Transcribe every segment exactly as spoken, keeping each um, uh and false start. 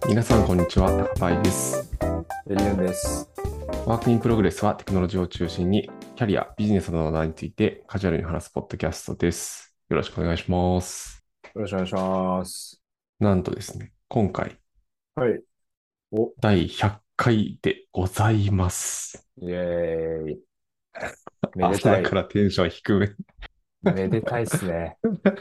皆さん、こんにちは。高パイです。 エリアンです。 ワークインプログレスはテクノロジーを中心に、キャリア、ビジネスなどの話題についてカジュアルに話すポッドキャストです。よろしくお願いします。 よろしくお願いします。 なんとですね、今回、 はい。お、 だいひゃっかいでございます。 イェーイ。めで朝だたい。 からテンション低め。 めでたいっすね。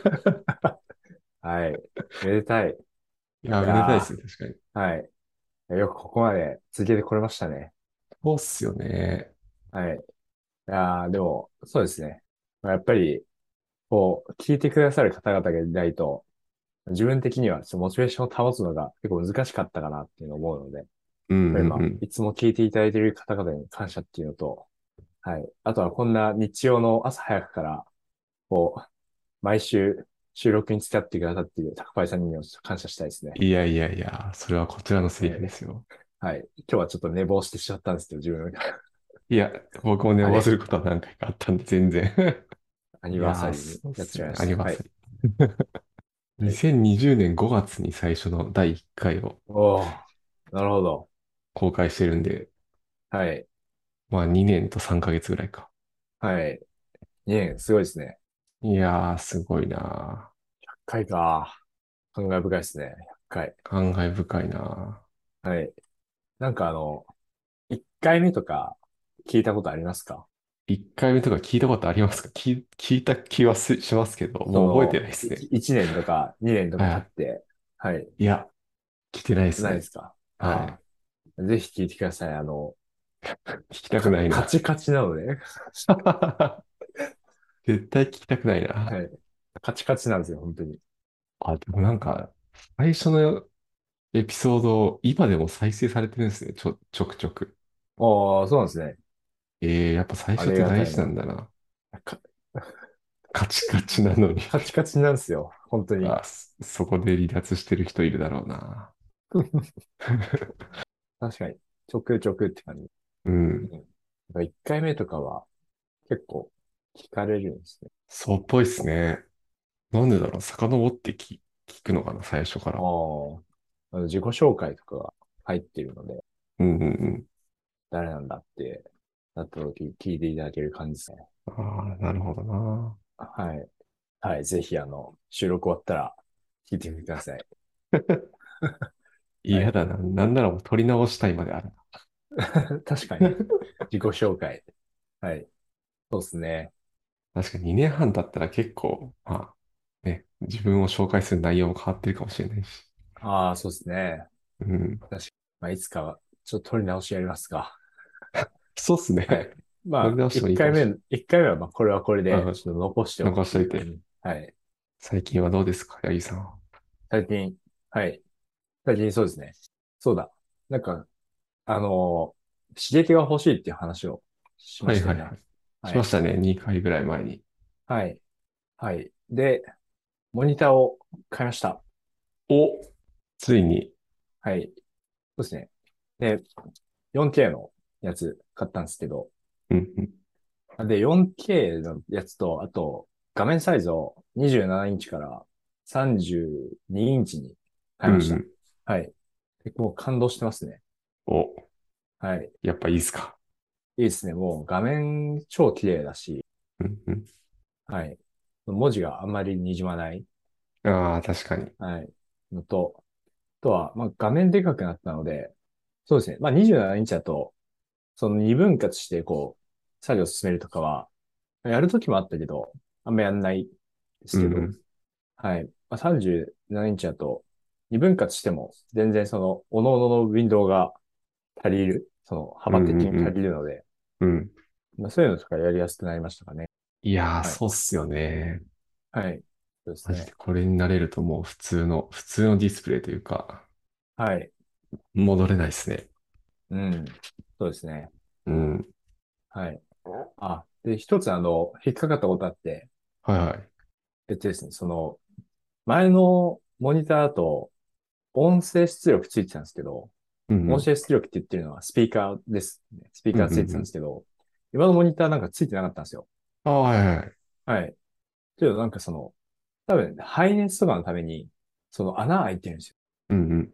はい。めでたい。いいや、めでたいでやすね、確かに。 ー、はい。よくここまで続けてこれましたね。 そうっすよね。 はい。いやー、でも、そうですね。まあやっぱり、こう、聞いてくださる方々がいないと、自分的にはちょっとモチベーションを保つのが結構難しかったかなっていうのを思うので、やっうんぱりまあ、 うんうん。 いつも聞いていただいている方々に感謝っていうのと、はい。あとはこんな日曜の朝早くから、こう、毎週収録に付き合ってくださっている高パイさんにも感謝したいですね。 いやいやいや、それはこちらのセリフでえすよ。 ーはい。今日はちょっと寝坊してしまったんですけど、自分が。 いや、僕も寝あれ、 坊することは何回かあったんで、全然。 アニバーいやー、 サリーにやっそうっすよね。 ちまいました。はい。 アニバーサリー。 はい。 にせんにじゅうねんごがつにさいしょのだいいっかいをおー、なるほど。 公開してるんで、 はい。 まあにねんとさんかげつぐらいか。 はい。にねん、すごいですね。 いやー、すごいなひゃっかいか。感慨深いですね。ひゃっかい。 ー。感慨深いなはい。なんかあの、いっかいめとか聞いたことありますか？ ー。いっかいめとか聞いたことありますか？聞い、聞いた気はすしますけど、もう覚えてその、 ないですね。 いちねんとかにねんとか経はって、はい。 い。いや、聞いてないですね。 ないですか？あはい。 あ。ぜひ聞いてください。あの、 聞きたくか、 ないな。 カチカチなので、 絶対聞きたくないな。 はい。カチカチなんですよ、本当に。 あ、でもなんか、最初のエピソード、今でも再生されてるんですね。ちょ、ちょくちょく。 ああ、そうなんですね。 ええ、やっぱ最あり初って大事なんがたいな。 だな。 か、 カチカチなのに。 カチカチなんですよ、本当に。 あ、そそこで離脱してる人いるだろうな。 確かに、ちょくちょくって感じ。 うん。 うん。いっかいめとかは結構聞かれるんですね。 そうっぽいっすね。なんでだろう。遡ってき、聞くのかな、最初かあら。 あ、あの自己紹介とかが入っているので、 うんうんうん。 誰なんだってなった時聞いていただける感じですね。 ああ、なるほどな。 はい。はい。ぜひ、あの、収録終わったら聞いてみてください。はい。 嫌だな。なんならもう撮り直したいまである確かに。 な。 自己紹介。はい。そうですね。 確かににねんはん経ったら結構、まあ、ね、自分を紹介する内容も変わってるかもしれないし。 ああ、そうですね。 うん。 確かに。まあ、いつかは、ちょっと取り直しやりますが。 そうっすね。 はい。まあ、 撮り直しても一回目、 いいかもし一回目は、まあ、これはこれれない。 で、 うん。 ちょっと残しておくっ残しといて。 ていう感じ。はい。 最近はどうですか、八木さんは。 最近、はい。最近そうですね。そうだ。なんか、あのー刺激が欲しいっていう話をしましたよね。 はいはいはい。しはい。 ましたね。にかいぐらい前に。 はい。はい。で、モニターを買いました。 お、ついに。 はい。そうですね。で、よんケー のやつ買ったんですけど、 うんうん。 で、よんケー のやつと、あと、画面サイズをにじゅうななインチからさんじゅうにインチに変えました。 うんうん。 はい。結構感動してますね。 お、 はい。 やっぱいいっすか。 いいですね。もう画面超綺麗だし、 うんうん。 はい。文字があんまり滲まない。 ああ、確かに。 はい。のと、あとは、まあ、画面でかくなったので、そうですね。まあ、にじゅうななインチだと、そのに分割してこう、作業を進めるとかは、やるときもあったけど、あんまやんないですけど、 うんうん。 はい。まあ、さんじゅうななインチだと、に分割しても、全然その、各々のウィンドウが足りる、そのうん幅的に足うんりるので、 うん。うん。 まあ、そういうのとかやりやすくなりましたかね。 いやー、 はい。 そうっすよね。 はい。そうですマジでね。 これになれるともう普通の、普通のディスプレイというか、 はい。 戻れないっすね。 うん。そうですね。 うん。 はい。あ、で、一つあの、引っかかったことあって、 はいはい。 えっとですね、その、前のモニターだと、音声出力ついてたんですけど、 うんうん。 音声出力って言ってるのはスピーカーですね。スピーうんうんカーついてたんでうん。 すけど、今のモニターなんかついてなかったんですよ。 ああ、はいはい。 はい。けどなんかその、多分、ハイネスとかのために、その穴開いてるんですよ。 うんうん。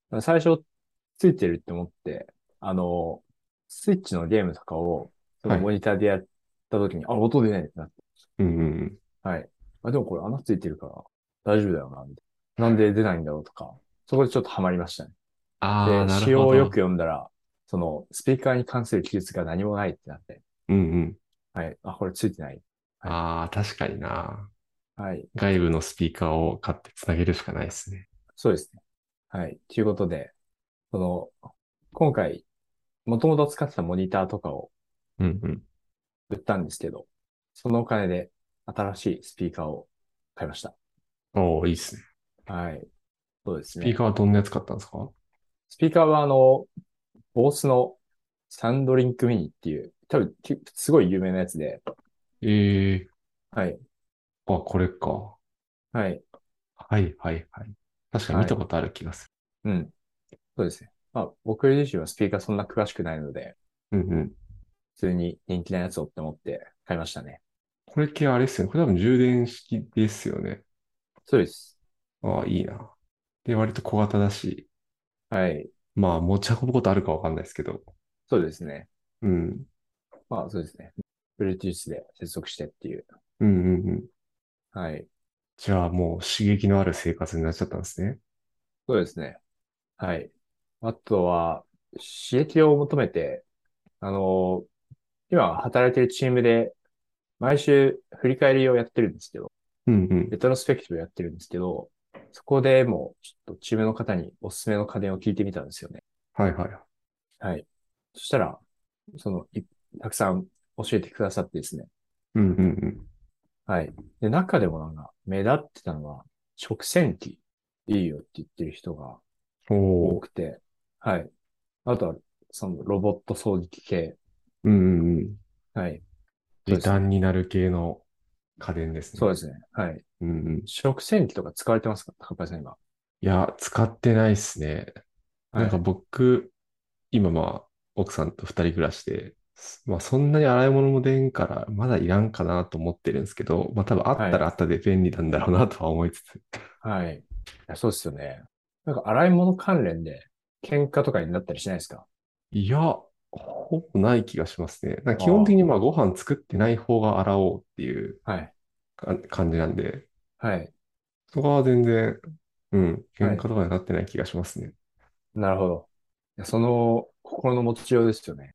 最初ついてるって思って、あの、スイッチのゲームとかを、そのはい。 モニターでやった時に、あ、音出ないってなって。 うんうんうん。 はい。あ、でもこれ穴ついてるから大丈夫だよな、みたいな。なんで出ないんだろうとか、そこでちょっとハマりましたね。 ああ、 で、 なる仕様をよくほど。 読んだら、その、スピーカーに関する記述が何もないってなって、 うんうん。 はい。あ、これついてない。はい。 ああ、確かにな。 はい。 外部のスピーカーを買ってつなげるしかないですね。 そうですね。はい。ということで、その、今回、もともと使ってたモニターとかをうんうん。 売ったんですけど、そのお金で新しいスピーカーを買いました。 おー、いいっすね。 はい。そうですスピーカね。 ーはどんなやつ買ったんですか？ スピーカーはあの、ボースのサンドリンクミニっていう、多分、きすごい有名なやつで、 ええはい。 ー、あ、これか。 はい。 はいはいはい。確かに見はい。 たことある気がすうん。そうですね。まあ、僕自身はスピーカーそんな詳しくないので、 る。うんうん。 普通に人気なやつをって思って買いましたね。 これ系あれっすよね。これ多分充電式ですよね。 そうです。 ああ、いいな。で、割と小型だし、 はい。 まあ持ち運ぶことあるかわかんないですけど。 そうですね。 うん。 まあ、そうですね。Bluetooth で接続してっていう。 うんうんうん。 はい。 じゃあもう刺激のある生活になっちゃったんですね。 そうですね。はい。あとは、刺激を求めて、あの、今働いてるチームで、毎週振り返りをやってるんですけど、 うんうん。 レトロスペクティブやってるんですけど、そこでもう、ちょっとチームの方におすすめの家電を聞いてみたんですよね。 はいはい。 はい。そしたら、その、いたくさん教えてくださってですね。 うんうんうん。 はい。で、中でもなんか、目立ってたのは、食洗機いいよって言ってる人が多おー。 くて、はい。あとは、そのロボット掃除機系。 うんうんうん。 はい。そう時ですね。 短になる系の家電ですね。 そうですね。はい。 うんうん。 食洗機とか使われてますか高橋さん今？ いや、使ってないっすね。なんかはい。 僕、今まあ、奥さんと二人暮らしで、まあそんなに洗い物も出んから、まだいらんかなと思ってるんですけど、まあ多分あっはい。 たらあったで便利なんだろうなとは思いつつ。 はい。いや、そうですよね。なんか洗い物関連で喧嘩とかになったりしないですか？ いや、ほぼない気がしますね。なんか基本的あにまあご飯作ってない方が洗おうっていうあ。はい。 か感じなんで、 はい。 そこは全然、うん、喧嘩はい。 とかになってない気がしますね。 なるほど。いや、その心の持ちようですよね。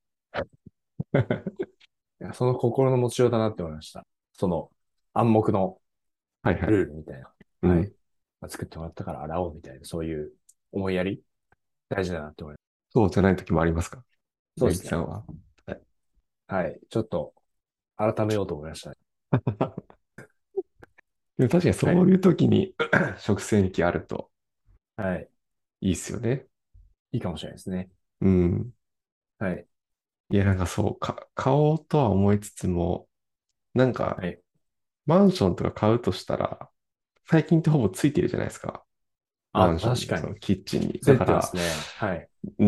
いや、その心の持ちようだなって思いました。その暗黙のはいはい。 ルールみたいな。はい。 うん。 まあ、作ってもらったから洗おうみたいな、そういう思いやり、大事だなって思います。 そうじゃない時もありますか？大そうですね。 地さんは。はい。 はい。ちょっと改めようと思いましたね。 でも確かにはい。 そういう時に食洗機あるとはい。 いいっすよね。 いいかもしれないですね。 うん。 はい。 いや、なんかそう、か、買おうとは思いつつも、なんか、 はい。 マンションとか買うとしたら、最近ってほぼついてるじゃないですか。マあ、 ンションのその確かに。 キッチンに。 ついてまだから、 すね。はい。 うん、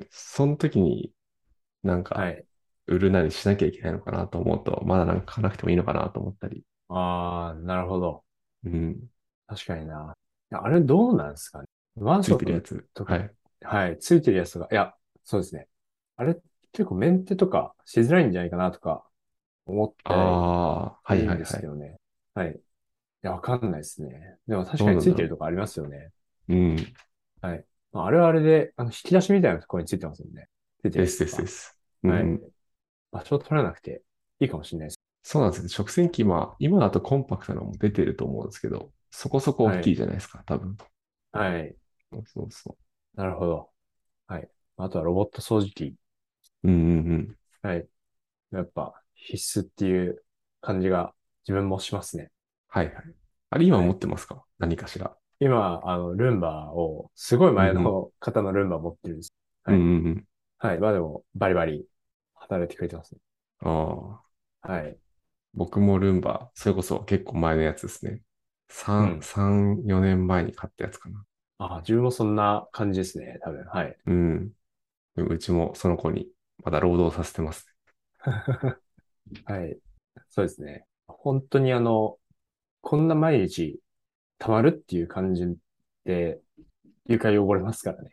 その時になんか、 はい。 売るなりしなきゃいけないのかなと思うと、まだなんか買わなくてもいいのかなと思ったり。 ああ、なるほど。 うん、 確かにな。いや、あれどうなんですかね。マンついションてるやつ。 とか、 はい。 はい、ついてるやつが、いや、そうですね。あれ結構メンテとかしづらいんじゃないかなとか思ったりああ、はするんでいはいはい。 すけどね。はい。いや、わかんないですね。でも確かについどうなんだろてるとこありますよね。 う。うん。 はい。まあ、あれはあれで、あの、引き出しみたいなところについてますもんね。ついてるですですでやつとか。 す。うんうはい。 ん。 場所を取らなくていいかもしれないです。 そうなんですよ。食洗機、まあ、今だとコンパクトなのも出てると思うんですけど、そこそこ大きいはい。 じゃないですか、多分。 はい。 そうそうそなるほど。はい。あとはロボット掃除機。 う。うんうんうん。 はい。やっぱ必須っていう感じが自分もしますね。 はいはい。あれ今持っはい。 てますか？何かしら。 今、あの、ルンバを、すごい前うんうん。 の方のルンバ持ってるんです。 うんはい。 うんうん。 はい。まあでも、バリバリ働いてくれてますね。 ああ。 はい。 僕もルンバ、それこそ結構前のやつですね。さん、 うん。 さん、よねんまえに買ったやつかな。 あ、自分もそんな感じですね。多分。はい。 うん。でもうちもその子にまだ労働させてますはい。そうですね。本当にあの、こんな毎日溜まるっていう感じで床汚れますからね。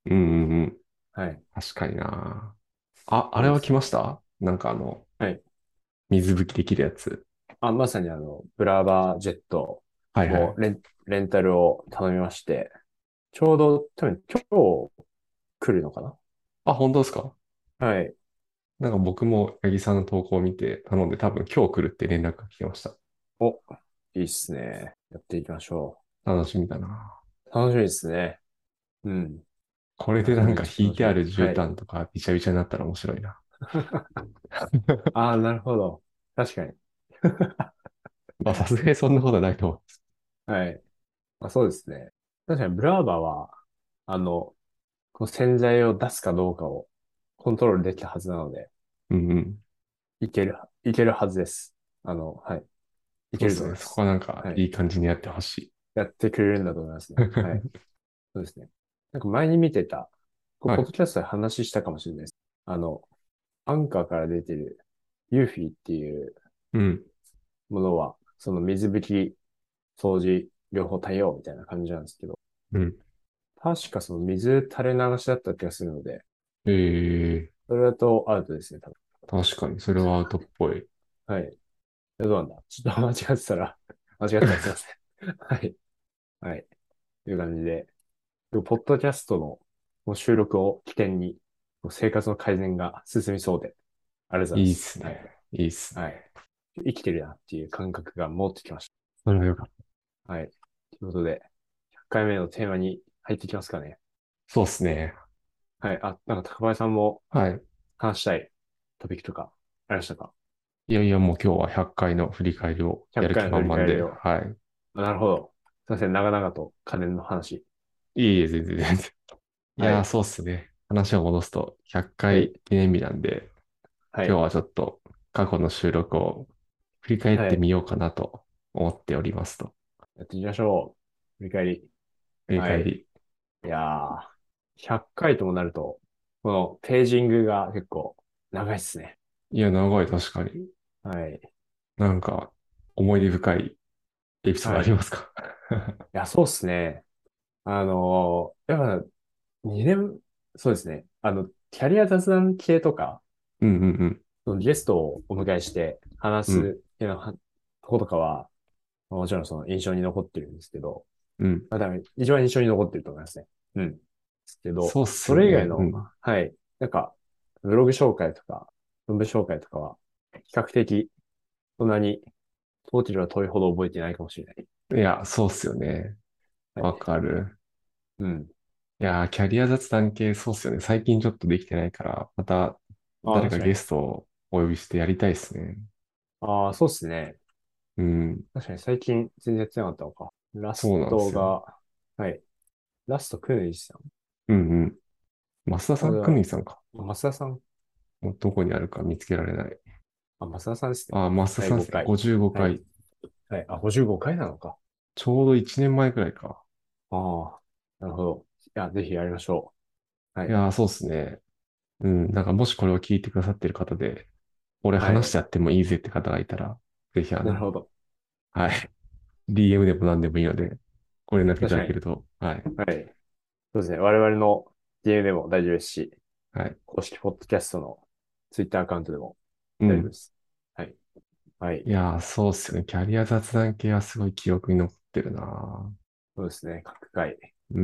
うんうんうん。 はい。 確かにな。あ、あれは来そうですね。 ましたなんかあの、 はい。 水拭きできるやつ。 あ、まさにあの、ブラーバージェットはいはい。 をレン、レンタルを頼みまして、ちょうど多分今日来るのかな。 あ、本当ですか？ はい。 なんか僕も八木さんの投稿を見て頼んで多分今日来るって連絡が来てました。 お、いいっすね。やっていきましょ楽しみだな。 う。楽しみですね。うん。いこれでや、めっなんか引いちゃ楽しみ。 てある絨はい。 毯とかびちゃびちゃになったら面白いな。 ああ、なるほど。確かに。 まあさすがにそんなことはないと思はい。まあ、そうですね。確かにブラーバは、あの、この洗剤を出すかどうかをコントロールできたはずなので、 う。うんうん。 いける、いけるはずです。あの、はい。いけそうですね。そこると思います。 はなんかはい。 いい感じにやってほしい。 やってくれるんだと思いますね。はい。そうですね。なんか前に見てた、こうはい。 ポッドキャストで話したかもしれないです。あの、アンカーから出てるユーフィーっていううん。 ものは、その水拭き、掃除、両方対応みたいな感じなんですけど、 うん。 確かその水垂れ流しだった気がするので、 ええそれだとアウトですね、多分。 確かに、それはアウトっぽい。 はい。えどうなんだちょっと間違ってたら、間違ったらすいません。はい。はい。という感じで、ポッドキャストのこの収録を起点に、生活の改善が進みそうで、ありがとうございまいいっす。はい。 すね。いいっすね。 はい。生きてるなっていう感覚が戻ってきましそれはよかった。 た。はい。ということで、ひゃっかいめのテーマに入っていきますかね。 そうっすね。 はい。あ、なんか高林さんもはい。 話したいトピックとかありましたか？ いやいや、もう今日はひゃっかいの振り返りをやひゃっる気回の振り満々で、 返りを。 はい。 あなるほど。すいません。長々と家電の話。 いえいえ、全然全然。いやー、 はい。 そうっすね。話を戻すと、ひゃっかいはい。 記念日なんで、 はい。 今日はちょっと過去の収録を振り返っはい。 てみようかなと思っておりますと。 やっていきましょう。振り返り。 振りはい。 返り。 いやー、ひゃっかいともなると、このページングが結構長いっすね。 いや、長い、確かに。 はい。 なんか、思い出深いエピソードはい。いありますか？ や、そうっすね。あのーやっぱにねん、そうですね。あの、キャリア雑談系とか、 うんうんそのゲストをお迎えして話うん。うん。 す系のはとことかは、もちろんその印象に残ってるんですけど、 うん。 まあ、多分一番印象に残ってると思いますね。うん。ですけど、 そうっすそよね。うれ以外の、 ん。 はい、なんか、ブログ紹介とか、文部紹介とかは、比較的、そんなに、当時は遠いほど覚えてないかもしれない。 いや、そうっすよね。わはい。 かる。 うん。 いやー、キャリア雑談系そうっすよね。最近ちょっとできてないから、またああ、 誰かゲ確かに。 ストをお呼びしてやりたいっすね。 ああ、そうっすね。 うん。 確かに最近全然やってなかったのか。ラスそうなんですよ。 トが、はい。ラストクヌイさん。 うんうん。増田さん、くこれは、 にさんか。 増田さん。 もうどこにあるか見つけられない。 あ、増田さんですね。 あ、増田だいさんですね。 ごかい。 55 はい。 回。 はい。あ、ごじゅうごかいなのか。 ちょうどいちねんまえくらいか。 ああ、なるほど。いや、ぜひやりましょう。はい。 いやー、そうっすね。うん。なんかもしこれを聞いてくださってる方で、俺はい。 話してやってもいいぜって方がいたら、ぜひあの、 なるほど。 はい。ディーエム でも何でもいいので、ご連絡いた確かに。 だけると、はい。 はい。そうですね。我々の ディーエム でも大丈夫ですし、 はい。 公式ポッドキャストのツイッターアカウントでもうん。 大丈夫です。はい。はい。 いやー、そうっすよね。キャリア雑談系はすごい記憶に残ってるなそうですね。各回。 ー。うん。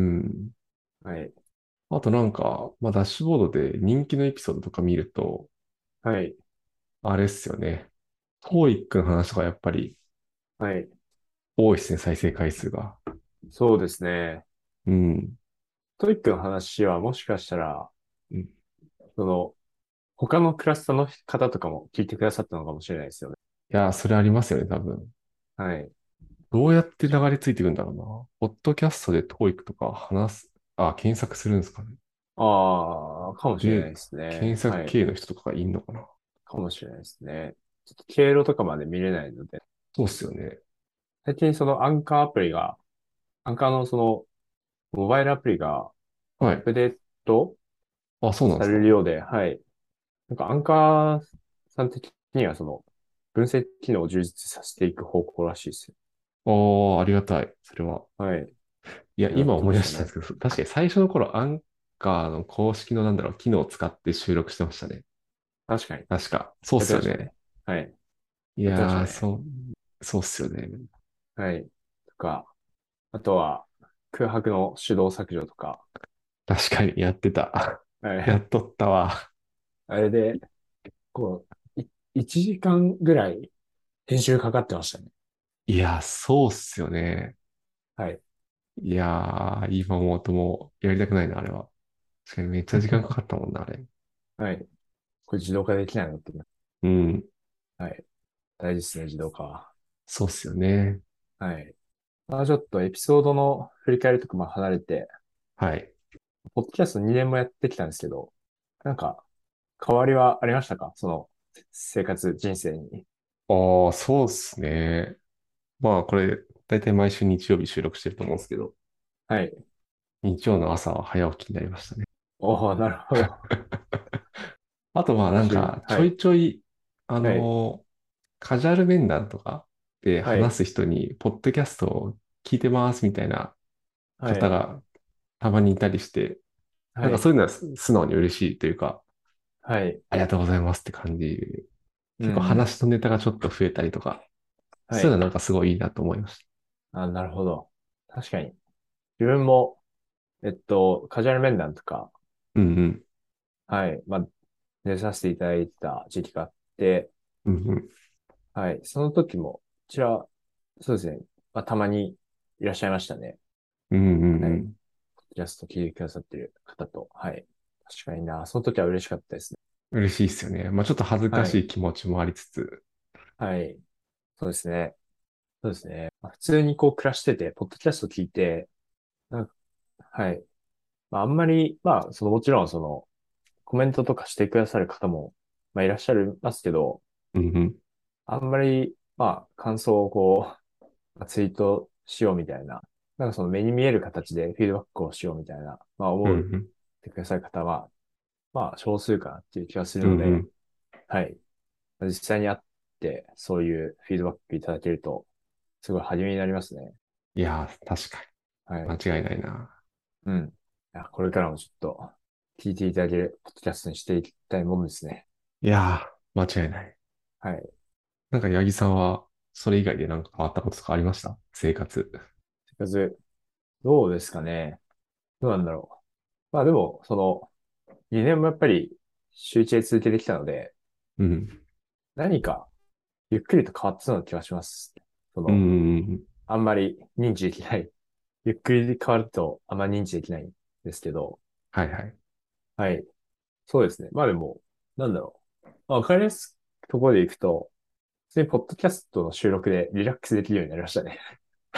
はい。 あとなんか、まあ、ダッシュボードで人気のエピソードとか見ると、 はい。 あれっすよね。トーイックの話とかやっぱりはい。 多いっすね、再生回数が。 そうですね。 うん。 トイックの話はもしかしたら、 うん。いその、他のクラスターの方とかも聞いてくださったのかもしれないですよね。 やー、それありますよね、多分。 はい。 どうやって流れ着いていくんだろうな。ポッドキャストでトーイックとか話す、あ、検索するんですかね。 ああ、かもしれないで、 ですね。 検索はい。 系の人とかがいんのかな。 かもしれないですね。ちょっと経路とかまで見れないので、 そうっすよね。 最近そのアンカーアプリが、アンカーのそのモバイルアプリがアッはい。 プデートあ、そうなんでさすか。 れるようで、はい。なんかアンカーさん的にはその分析機能を充実させていく方向らしいですよ。 ああ、ありがたい。それは。 はい。 いや、 やっ今思いてましたね。 出したんですけど、確かに最初の頃、アンカーの公式のなんだろう、機能を使って収録してましたね。 確かに。 確か。そうっやってすよね。 ましたね。はい。やってましたいやー、 ね。 そう、そうっすよね。 はい。とか、あとは、空白の手動削除とか、 確かにやってた。 はい。 やっとったわ。 あれで、こう、いいちじかんぐらい編集かかってましたね。 いやー、そうっすよね。 はい。 いやー、今思うともうやりたくないな、あれは。確かにめっちゃ時間かかったもんな、あれ。 はい。これ自動化できないのって。 うん。 はい。大事ですね、自動化は。 そうっすよね。 はい。まあ、ちょっとエピソードの振り返りとかも離れて、 はい。 ポッドキャストにねんもやってきたんですけど、なんか、変わりはありましたか？その、生活、人生に。 ああ、そうっすね。まあ、これ、だいたい毎週日曜日収録してると思うんですけど、 はい。 日曜の朝は早起きになりましたね。 おお、なるほど。 あと、まあ、なん週、 か、ちょいはい。 ちょい、あはい。 のーカジュアル面談とかではい。 話す人に、ポッドキャストを聞いてますみたいなはい。 方がたまにいたりして、なはい。 んかそういうのは素素直に嬉しいというか、 はい。 ありがとうございますって感じ。結構うんうん。 話のネタがちょっと増えたりとか、 はい。 そういうのはなんかすごいいいなと思いましあ、なるほど。確かに。自分も、えっと、カジュアル面談とか、 た。うんうん。 はい。まあ、出させていただいた時期があって、 うんうん。 はい。その時も、こちら、そうですね。まあ、たまにいらっしゃいましたね。 うんうんはい。 うん。 キャスト聞いてくださってる方と。はい。確かにな。その時は嬉しかったですね。 嬉しいですよね。まあちょっと恥ずかはい。 しい気持ちもありつつ。 はい。そうですね。そうですね。まあ、普通にこう暮らしてて、ポッドキャスト聞いて、なんか、はい。まあ、あんまり、まあ、その、もちろん、その、コメントとかしてくださる方も、まあ、いらっしゃいますけど、 うんうん。 あんまり、まあ、感想をこう、まあツイートしようみたいな、なんかその目に見える形でフィードバックをしようみたいな、まあ、思ううんてくださる方は、まあ、少数かなっていう気がするうん。 ので、 うんうん。 はい。実際に会って、そういうフィードバックいただけると、すごい励みになりますね。 いやー、確かはい。 に。間違いないな。 うん。いや、これからもちょっと、聞いていただけるポッドキャストにしていきたいものですね。 いやー、間違いない。 はい。 なんか、八木さんは、それ以外でなんか変わったこととかありました生活？ まず、どうですかね。どうなんだろう。まあでも、その、にねんもやっぱり、週一で続けてきたので、 うん。 何か、ゆっくりと変わってそうな気がします。そうんの、 うんうん。 あんまり認知できない。ゆっくり変わると、あんまり認知できないんですけど、 はいはい。 はい。そうですね。まあでも、なんだろう。まあ、わかりやすいところでいくと、普通にポッドキャストの収録でリラックスできるようになりましたね。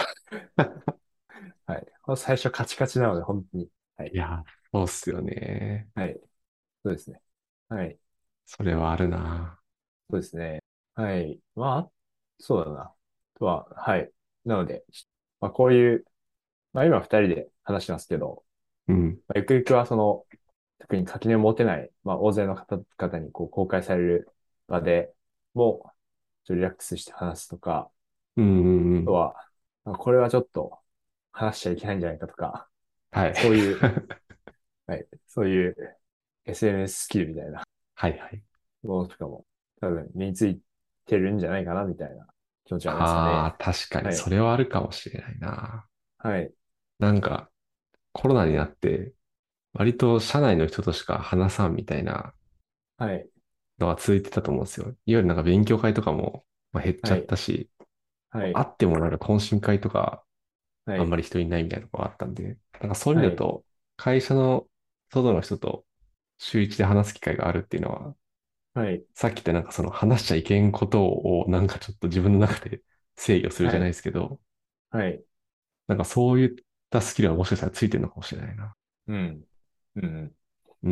はい。最初カチカチなので、本当に。はい。 いやー、そうっすよね。 はい。そうですね。はい。 それはあるな。 そうですね。はい。まあ、そうだな。あとは、はい。なので、まあ、こういう、まあ今二人で話してますけど、 うん。 まあ、ゆくゆくはその、特に垣根を持てない、まあ大勢の方々にこう公開される場でも、ちょっとリラックスして話すとか、 うんうんうん。 あとは、まあ、これはちょっと話しちゃいけないんじゃないかとか、 はい。 そういう、はい。そういう エスエヌエス ススキルみたいなはいはい。 ものとかも多分身についてるんじゃないかなみたいな気持ちはありますかね。 ああ、確かにはい。 それはあるかもしれないな。 はい。 なんか、コロナになって、割と社内の人としか話さんみたいなはい。 のが続いてたと思うんですよ。いわゆるなんか勉強会とかも、まあ、減っちゃっはい。 たし、 はい。 あってもなんか懇親会とかはい。 あんまり人いないみたいなとこがあったんで、なんかそういう意はい。 味だと、会社の外の人と週一で話す機会があるっていうのは、 はい。 さっき言ったなんかその話しちゃいけんことをなんかちょっと自分の中で制御するじゃないはい。 ですけど、 はい。 なんかそういったスキルはもしかしたらついてるのかもしれないな。 うん。うん。 うん。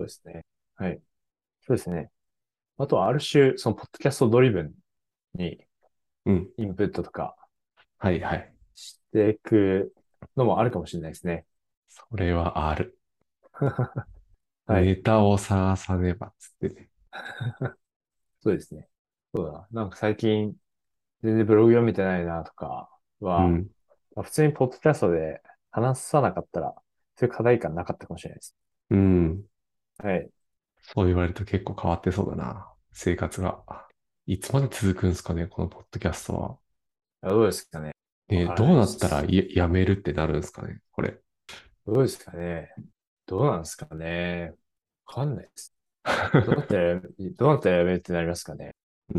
そうですね。はい。そうですね。あとはある種、そのポッドキャストドリブンにうん。 インプットとかはいはい。 していくのもあるかもしれないですね。 それはある。 はい。 ネタを探さねばっつってね。 そうですね。そうだな。なんか最近全然ブログ読めてないなとかは、 うん。 まあ普通にポッドキャストで話さなかったら、そういう課題感なかったかもしれないです。 うん。 はい。 そう言われると結構変わってそうだな。生活が。いつまで続くんですかね、このポッドキャストは。 どうですかね。わね、 からないどうなったらです。 や、やめるってなるんですかね、これ。 どうですかね。どうなんですかね。わかんないです。どうなったら、どうなったらやめるってなりますかね。 うん。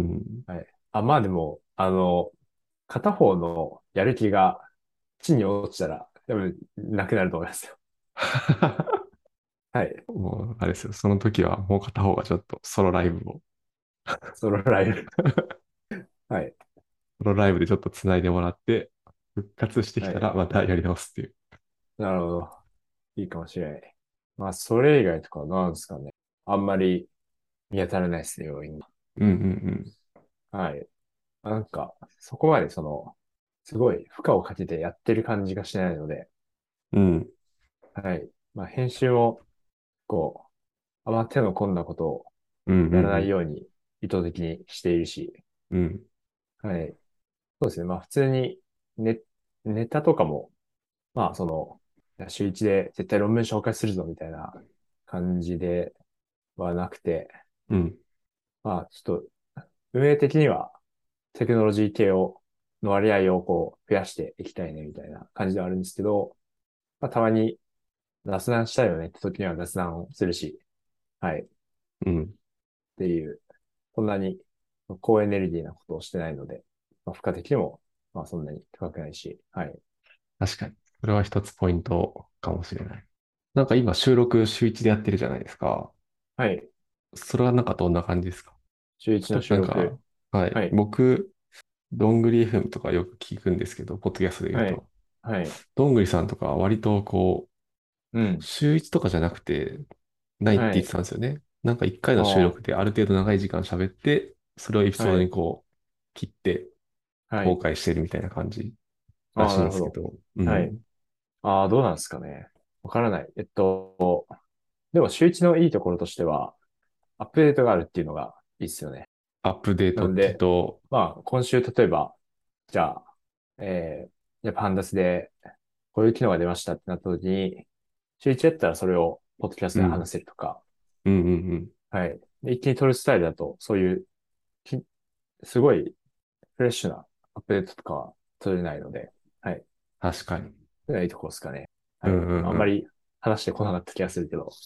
はい。あ、まあでも、あの、片方のやる気が地に落ちたら、多分、なくなると思いますよ。はい。 もう、あれですよ。その時はもう片方がちょっとソロライブを、 ソロライブ。はい。 ソロライブでちょっと繋いでもらって、復活してきはい。 たらまたやり直すっていう。 なるほど。いいかもしれない。まあ、それ以外とかは何ですかね。あんまり見当たらないですね、要因が。 うんうんはい。なんか、そこまでその、すごい負荷をかけてやってる感じがしないので、 うん。うん。 はい。まあ、編集も、こう、あんま手の込んだことをうんうんやらないうん。 ように意図的にしているし、 うん。 はい。そうですね。まあ、普通にネ、ネタとかも、まあ、その、いや週一で絶対論文紹介するぞみたいな感じではなくて、 うん。 まあ、ちょっと、運営的にはテクノロジー系を、の割合をこう、増やしていきたいねみたいな感じではあるんですけど、まあ、たまに雑談したいよねって時には雑談をするし、はい。っうん。 ていう、そんなに高エネルギーなことをしてないので、まあ、負荷的にも、まあ、そんなに高くないし、はい。 確かに。それは一つポイントかもしれない。なんか今収録週一でやってるじゃないですか。 はい。 それはなんかどんな感じですか？ 週一の例えばなんか、 収録。 はい。 はい。 僕、どんぐり エフエム とかよく聞くんですけど、ポッドキャストで言うはい。 と。 はい。 どんぐりさんとかは割とこう、 うん。 週一とかじゃなくて、ないって言ってはい。 たんですよね。なんか一回の収あ録である程度長い時間喋って、それをエピあ、 ソードにはい。 こう、切ってはい。 公開してるみたいな感じらああ、 しいんなるほど。 ですけど。うはい。 ん。 ああ、どうなんですかね。わからない。えっと、でも週一のいいところとしては、アップデートがあるっていうのがいいですよね。 アップデートっていうなので、 と、 まあ、今週例えば、じゃあ、えー、じゃあパンダスでこういう機能が出ましたってなった時に、週一やったらそれをポッドキャストうん、 で話せるとか、 うん、うん、うん。 はい。で一気に撮るスタイルだと、そういうき、すごいフレッシュなアップデートとかは取れないので、はい。 確かに。 それがいいところですかね。 うん、 はい。 うん、うん。 あんまり話してこなかった気がするけど。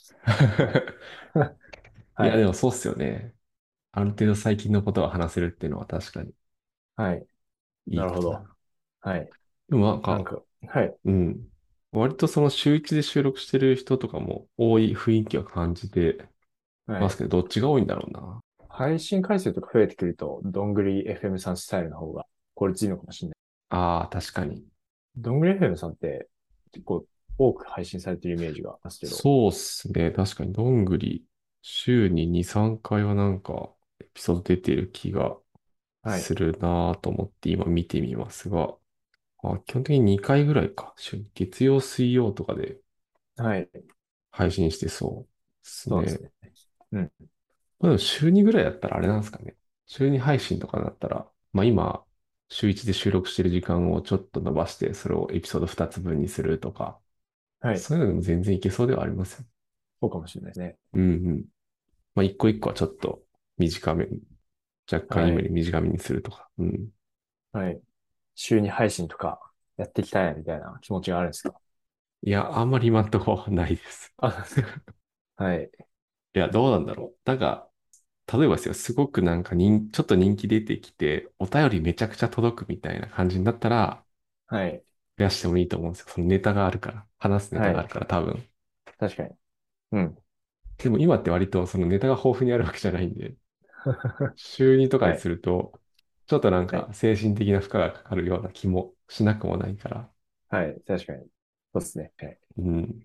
いや、ではい。 もそうっすよね。ある程度最近のことが話せるっていうのは確かにはい。 いいなるほど。 ことだな。 はい。 でもなんか、 なんか、はい。 うん。割とその週一で収録してる人とかも多い雰囲気を感じてはい。 ますけど、どっちが多いんだろうな。 配信回数とか増えてくると、どんぐり エフエム さんスタイルの方が効率いいのかもしれない。 ああ、確かに。 どんぐり エフエム さんって結構多く配信されてるイメージがありますけど。 そうっすね。確かに、どんぐり、週にに、さんかいはなんか、エピソード出てる気がはい。 するなぁと思って今見てみますが、あ、基本的ににかいぐらいか。週月曜、水曜とかではい。 配信してそうですね。 そうなんですね。うん。 まあ、でも週にぐらいだったらあれなんですかね。週に配信とかだったら、まあ今、週いちで収録してる時間をちょっと伸ばして、それをエピソードふたつぶんにするとか、 はい。 そういうのでも全然いけそうではありますよ。 そうかもしれないですね。 うんうん。まあ一個一個はちょっと短めに、若干はい。 今より短めにするとか。うん。 はい。週に配信とかやっていきたいなみたいな気持ちがあるんですか？ いや、あんまり今んとこないです。 あ、そうですか。はい。 いや、どうなんだろう。なんか、例えばですよ、すごくなんか人、ちょっと人気出てきて、お便りめちゃくちゃ届くみたいな感じになったら、 はい。 増やしてもいいと思うんですよ。そのネタがあるから。話すネタはい。 があるから、多分。 確かに。うん。 でも今って割とそのネタが豊富にあるわけじゃないんで、週にとかにはい。 すると、ちょっとなんはい。 か精神的な負荷がかかるような気もしなくもないから、 はい。確かに。そうですね。はい。 うん、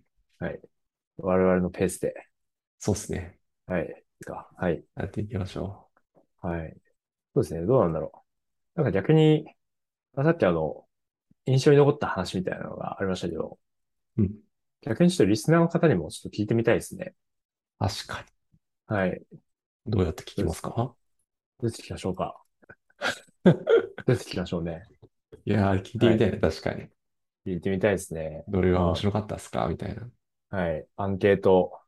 はい。我々のペースで。 そうですね。 はい。か。はい。 やっていきましょはい。そうですね。どうなんだろう。なんか逆に、まあさっきあの、印象に残った話みたいなのがありましたけど、 う。うん。 逆にちょっとリスナーの方にもちょっと聞いてみたいですね。 確かはい。 に。どうやって聞どうですか？ きますか？ どうやって聞きましょうか？どうやって聞きましょうね。 いやー、聞いてはい。 みたいな、確かに。 聞いてみたいですね。 どれが面ま白かったですかみたいな。 あ、はい。アンケート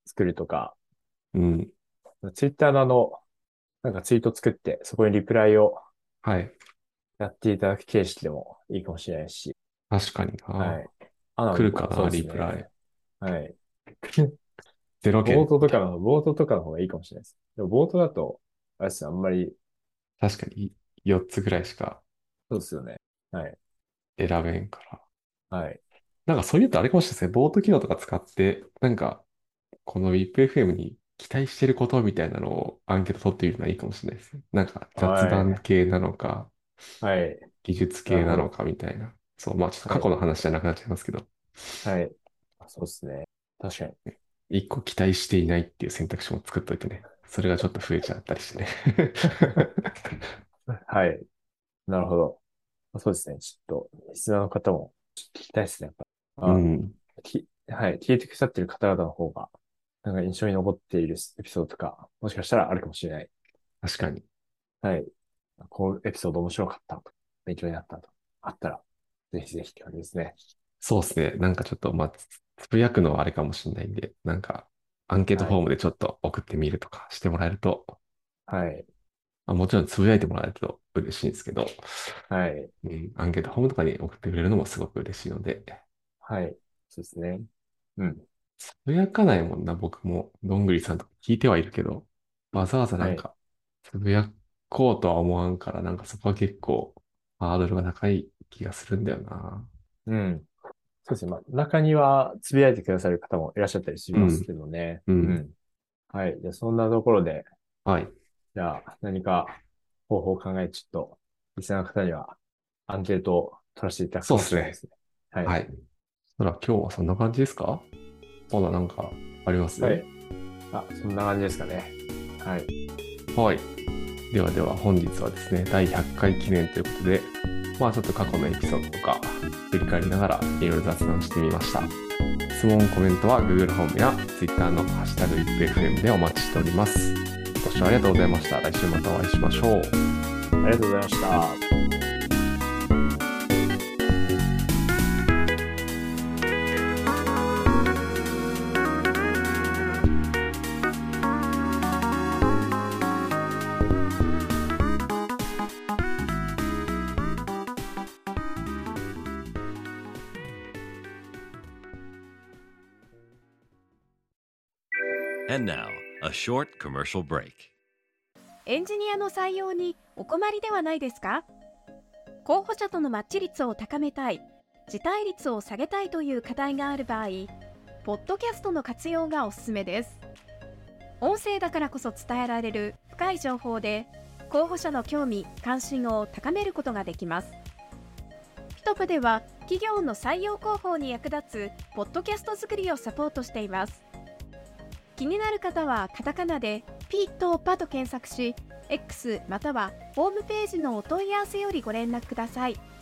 作るとか、 うん。 ツイッターのあの、なんかツイート作って、そこにリプライをはい。 やっていただく形式でもいいかもしれないし、 確かにな。 はい。アナも来るかな、 そうでリプライ。 すね。はい。 ゼロボー件みたいな。 トとかの、ボートとかの方がいいかもしれないです。でもボートだと、あれですね、あんまり、 確かによっつぐらいしかそうですよね。はい。 選べんから。 はい。 なんかそういうとあれかもしれないですね。ボート機能とか使って、なんか、この WIPFM に期待してることみたいなのをアンケート取ってみるのはいいかもしれないですね。なんか雑はい。 談系なのか、 はい。 技術なるほど。 系なのかみたいな。そう、まあちょっとはい。 過去の話じゃなくなっちゃいますけど、 はい。そうですね。確かに。 一個期待していないっていう選択肢も作っといてね。それがちょっと増えちゃったりしてね。 はい。なるほど。そうですね。ちょっと、リスナーの方も、ちょっと聞きたいですね。やっぱ。あ、 うん。 き、はい。聞いてくださってる方々の方が、なんか印象に残っているエピソードとか、もしかしたらあるかもしれない。 確かに。 はい。こうエピソード面白かったと、勉強になったと、あったら、ぜひぜひって感じですね。 そうですね。なんかちょっと、まあ、つつぶやくのはあれかもしれないんで、なんか、アンケートはい。 フォームでちょっと送ってみるとかしてもらえると、 はい。 まあ、もちろんつぶやいてもらえると嬉しいんですけど、 はい。 うん、アンケートフォームとかに送ってくれるのもすごく嬉しいので、 はい。そうですね。うん。 つぶやかないもんな、僕も。どんぐりさんとか聞いてはいるけど、わざわざなはい。 んか、つぶやこうとは思わんから、なんかそこは結構、ハードルが高い気がするんだよな。 うん。そうですね。まあ、中には、つぶやいてくださる方もいらっしゃったりしますうん、 けどね。 うん。 うん。はい。じゃあ、そんなところで、 はい。 じゃあ、何か方法を考えて、ちょっと、リスナーの方には、アンケートを取らせていただくかそうですね。 もしれないですね。はい。 はい。そら今日はそんな感じですか？まだなんかあります？ はい。あ、そんな感じですかね。はい。 はい。ではでは本日はですね、だいひゃっかい記念ということで、まあちょっと過去のエピソードとか振り返りながらいろいろ雑談してみました。質問、コメントは Google ホームや Twitter のハッシュタグ イップエフエム でお待ちしております。ご視聴ありがとうございました。来週またお会いしましょう。 ありがとうございました。 And now, a short commercial break. エンジニアの採用にお困りではないですか？候補者とのマッチ率を高めたい、辞退率を下げたいという課題がある場合、ポッドキャストの活用がおすすめです。音声だからこそ伝えられる深い情報で、候補者の興味・関心を高めることができます。ピトプでは企業の採用広報に役立つポッドキャスト作りをサポートしています。気になる方はカタカナでピーとパと検索し、X またはホームページのお問い合わせよりご連絡ください。